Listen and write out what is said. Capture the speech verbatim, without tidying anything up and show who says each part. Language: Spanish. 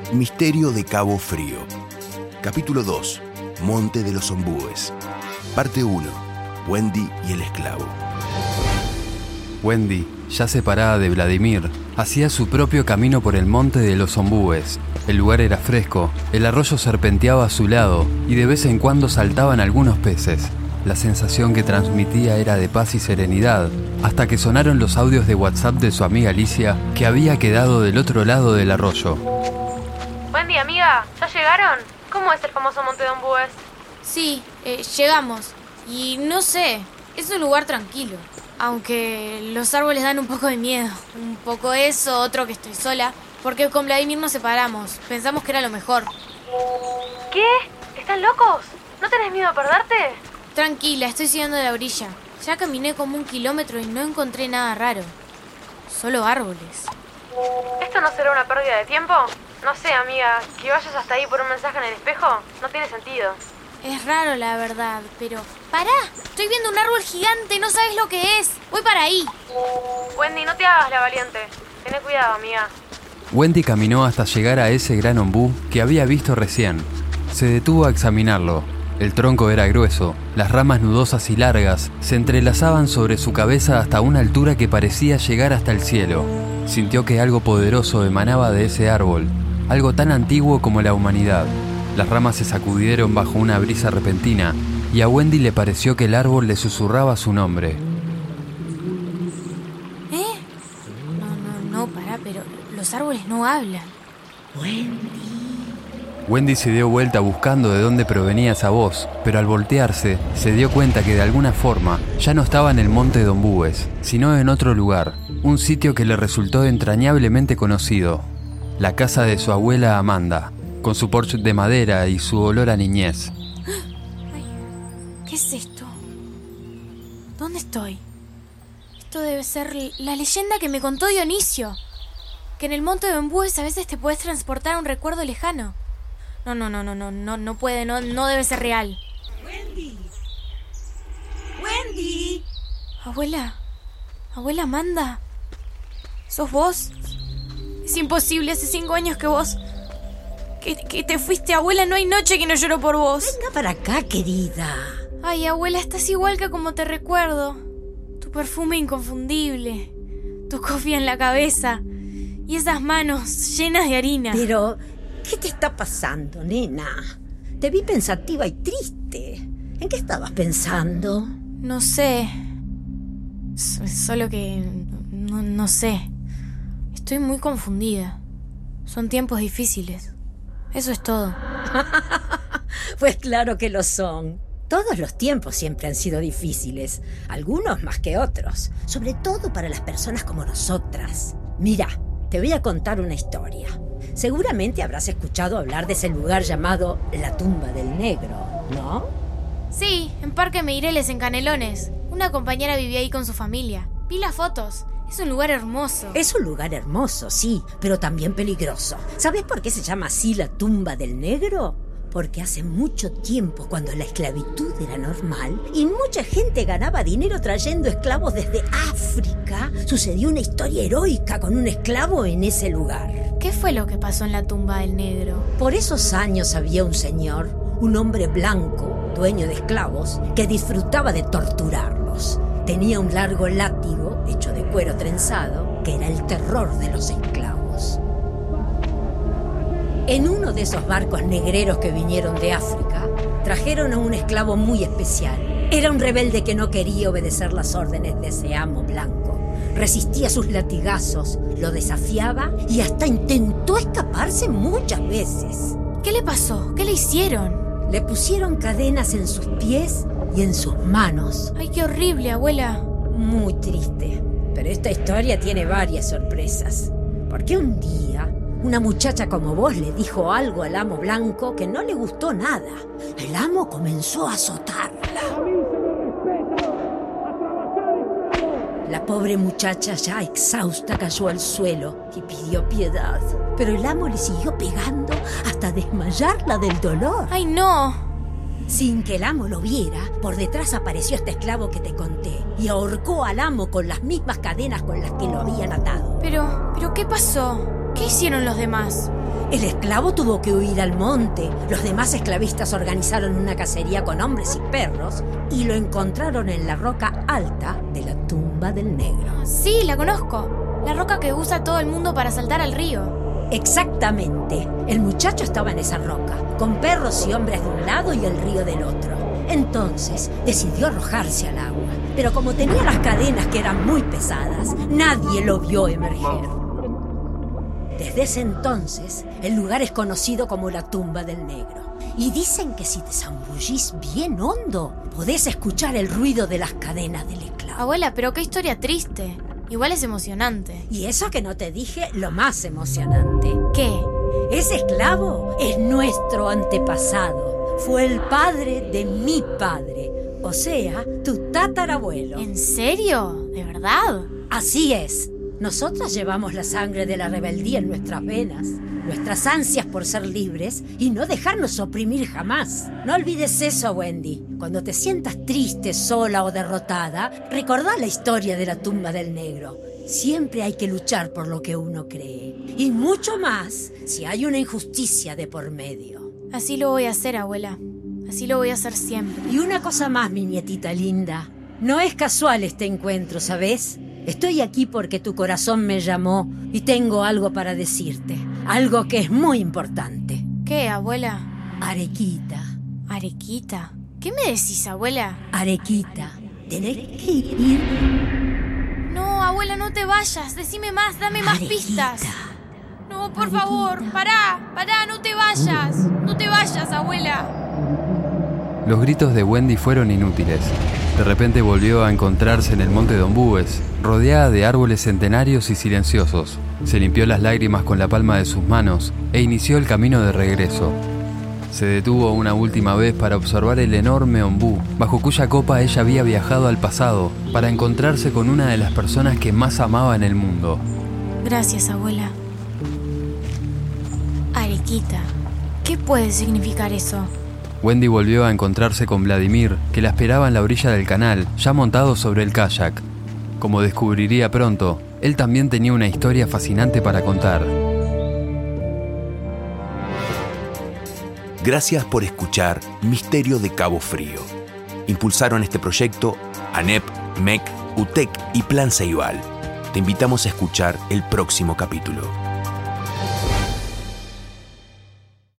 Speaker 1: Misterio de Cabo Frío. Capítulo dos. Monte de los Ombúes. Parte uno. Wendy y el esclavo.
Speaker 2: Wendy, ya separada de Vladimir, hacía su propio camino por el Monte de los Ombúes. El lugar era fresco, el arroyo serpenteaba a su lado y de vez en cuando saltaban algunos peces. La sensación que transmitía era de paz y serenidad, hasta que sonaron los audios de WhatsApp de su amiga Alicia, que había quedado del otro lado del arroyo.
Speaker 3: Wendy, amiga, ¿ya llegaron? ¿Cómo es el famoso Monte de Ombúes?
Speaker 4: Sí, eh, llegamos. Y no sé, es un lugar tranquilo. Aunque los árboles dan un poco de miedo. Un poco eso, otro que estoy sola. Porque con Vladimir nos separamos. Pensamos que era lo mejor.
Speaker 3: ¿Qué? ¿Están locos? ¿No tenés miedo a perderte?
Speaker 4: Tranquila, estoy siguiendo la orilla. Ya caminé como un kilómetro y no encontré nada raro. Solo árboles.
Speaker 3: ¿Esto no será una pérdida de tiempo? No sé, amiga, que vayas hasta ahí por un mensaje en el espejo no tiene sentido.
Speaker 4: Es raro, la verdad, pero... ¡Pará! Estoy viendo un árbol gigante, no sabes lo que es. Voy para ahí.
Speaker 3: Wendy, no te hagas la valiente. Tené cuidado, amiga.
Speaker 2: Wendy caminó hasta llegar a ese gran ombú que había visto recién. Se detuvo a examinarlo. El tronco era grueso, las ramas nudosas y largas se entrelazaban sobre su cabeza hasta una altura que parecía llegar hasta el cielo. Sintió que algo poderoso emanaba de ese árbol, algo tan antiguo como la humanidad. Las ramas se sacudieron bajo una brisa repentina y a Wendy le pareció que el árbol le susurraba su nombre.
Speaker 4: ¿Eh? No, no, no, pará, pero los árboles no hablan.
Speaker 5: Wendy.
Speaker 2: Wendy se dio vuelta buscando de dónde provenía esa voz, pero al voltearse se dio cuenta que de alguna forma ya no estaba en el Monte de Ombúes, sino en otro lugar, un sitio que le resultó entrañablemente conocido, la casa de su abuela Amanda, con su porche de madera y su olor a niñez.
Speaker 4: Ay, ¿qué es esto? ¿Dónde estoy? Esto debe ser la leyenda que me contó Dionisio, que en el Monte de Ombúes a veces te puedes transportar a un recuerdo lejano. No, no, no, no, no, no, no puede, no, no debe ser real.
Speaker 5: Wendy. Wendy.
Speaker 4: Abuela, abuela Amanda, ¿sos vos? Es imposible, hace cinco años que vos, que, que te fuiste, abuela, no hay noche que no lloro por vos.
Speaker 5: Venga para acá, querida.
Speaker 4: Ay, abuela, estás igual que como te recuerdo. Tu perfume inconfundible, tu cofia en la cabeza y esas manos llenas de harina.
Speaker 5: Pero... ¿qué te está pasando, nena? Te vi pensativa y triste. ¿En qué estabas pensando?
Speaker 4: No sé. S- solo que... No, no sé. Estoy muy confundida. Son tiempos difíciles. Eso es todo.
Speaker 5: Pues claro que lo son. Todos los tiempos siempre han sido difíciles. Algunos más que otros. Sobre todo para las personas como nosotras. Mira, te voy a contar una historia. Seguramente habrás escuchado hablar de ese lugar llamado la Tumba del Negro, ¿no?
Speaker 4: Sí, en Parque Meireles, en Canelones. Una compañera vivía ahí con su familia. Vi las fotos. Es un lugar hermoso.
Speaker 5: Es un lugar hermoso, sí, pero también peligroso. ¿Sabes por qué se llama así la Tumba del Negro? Porque hace mucho tiempo, cuando la esclavitud era normal y mucha gente ganaba dinero trayendo esclavos desde África, sucedió una historia heroica con un esclavo en ese lugar.
Speaker 4: ¿Qué fue lo que pasó en la Tumba del Negro?
Speaker 5: Por esos años había un señor, un hombre blanco, dueño de esclavos, que disfrutaba de torturarlos. Tenía un largo látigo hecho de cuero trenzado, que era el terror de los esclavos. En uno de esos barcos negreros que vinieron de África, trajeron a un esclavo muy especial. Era un rebelde que no quería obedecer las órdenes de ese amo blanco. Resistía sus latigazos, lo desafiaba y hasta intentó escaparse muchas veces.
Speaker 4: ¿Qué le pasó? ¿Qué le hicieron?
Speaker 5: Le pusieron cadenas en sus pies y en sus manos.
Speaker 4: Ay, qué horrible, abuela.
Speaker 5: Muy triste. Pero esta historia tiene varias sorpresas. Porque un día... una muchacha como vos le dijo algo al amo blanco que no le gustó nada. El amo comenzó a azotarla. La pobre muchacha, ya exhausta, cayó al suelo y pidió piedad. Pero el amo le siguió pegando hasta desmayarla del dolor.
Speaker 4: ¡Ay, no!
Speaker 5: Sin que el amo lo viera, por detrás apareció este esclavo que te conté y ahorcó al amo con las mismas cadenas con las que lo habían atado.
Speaker 4: Pero, ¿pero qué pasó? ¿Qué hicieron los demás?
Speaker 5: El esclavo tuvo que huir al monte. Los demás esclavistas organizaron una cacería con hombres y perros y lo encontraron en la roca alta de la tumba del negro.
Speaker 4: Sí, la conozco. La roca que usa todo el mundo para saltar al río.
Speaker 5: Exactamente. El muchacho estaba en esa roca, con perros y hombres de un lado y el río del otro. Entonces decidió arrojarse al agua. Pero como tenía las cadenas que eran muy pesadas, nadie lo vio emerger. Desde ese entonces, el lugar es conocido como la tumba del negro. Y dicen que si te zambullís bien hondo, podés escuchar el ruido de las cadenas del esclavo.
Speaker 4: Abuela, pero qué historia triste. Igual es emocionante.
Speaker 5: Y eso que no te dije lo más emocionante.
Speaker 4: ¿Qué?
Speaker 5: Ese esclavo es nuestro antepasado. Fue el padre de mi padre, o sea, tu tatarabuelo.
Speaker 4: ¿En serio? ¿De verdad?
Speaker 5: Así es. Nosotras llevamos la sangre de la rebeldía en nuestras venas, nuestras ansias por ser libres y no dejarnos oprimir jamás. No olvides eso, Wendy. Cuando te sientas triste, sola o derrotada, recordá la historia de la tumba del negro. Siempre hay que luchar por lo que uno cree. Y mucho más si hay una injusticia de por medio.
Speaker 4: Así lo voy a hacer, abuela. Así lo voy a hacer siempre.
Speaker 5: Y una cosa más, mi nietita linda. No es casual este encuentro, ¿sabes? Estoy aquí porque tu corazón me llamó y tengo algo para decirte. Algo que es muy importante.
Speaker 4: ¿Qué, abuela?
Speaker 5: Arequita.
Speaker 4: ¿Arequita? ¿Qué me decís, abuela?
Speaker 5: Arequita, tenés que ir.
Speaker 4: No, abuela, no te vayas. Decime más, dame más
Speaker 5: Arequita.
Speaker 4: pistas. No, por
Speaker 5: Arequita.
Speaker 4: favor, pará, pará, no te vayas. No te vayas, abuela.
Speaker 2: Los gritos de Wendy fueron inútiles. De repente volvió a encontrarse en el monte de Ombúes, rodeada de árboles centenarios y silenciosos. Se limpió las lágrimas con la palma de sus manos e inició el camino de regreso. Se detuvo una última vez para observar el enorme ombú, bajo cuya copa ella había viajado al pasado para encontrarse con una de las personas que más amaba en el mundo.
Speaker 4: Gracias, abuela. Arequita. ¿Qué puede significar eso?
Speaker 2: Wendy volvió a encontrarse con Vladimir, que la esperaba en la orilla del canal, ya montado sobre el kayak. Como descubriría pronto, él también tenía una historia fascinante para contar.
Speaker 1: Gracias por escuchar Misterio de Cabo Frío. Impulsaron este proyecto ANEP, M E C, U T E C y Plan Ceibal. Te invitamos a escuchar el próximo capítulo.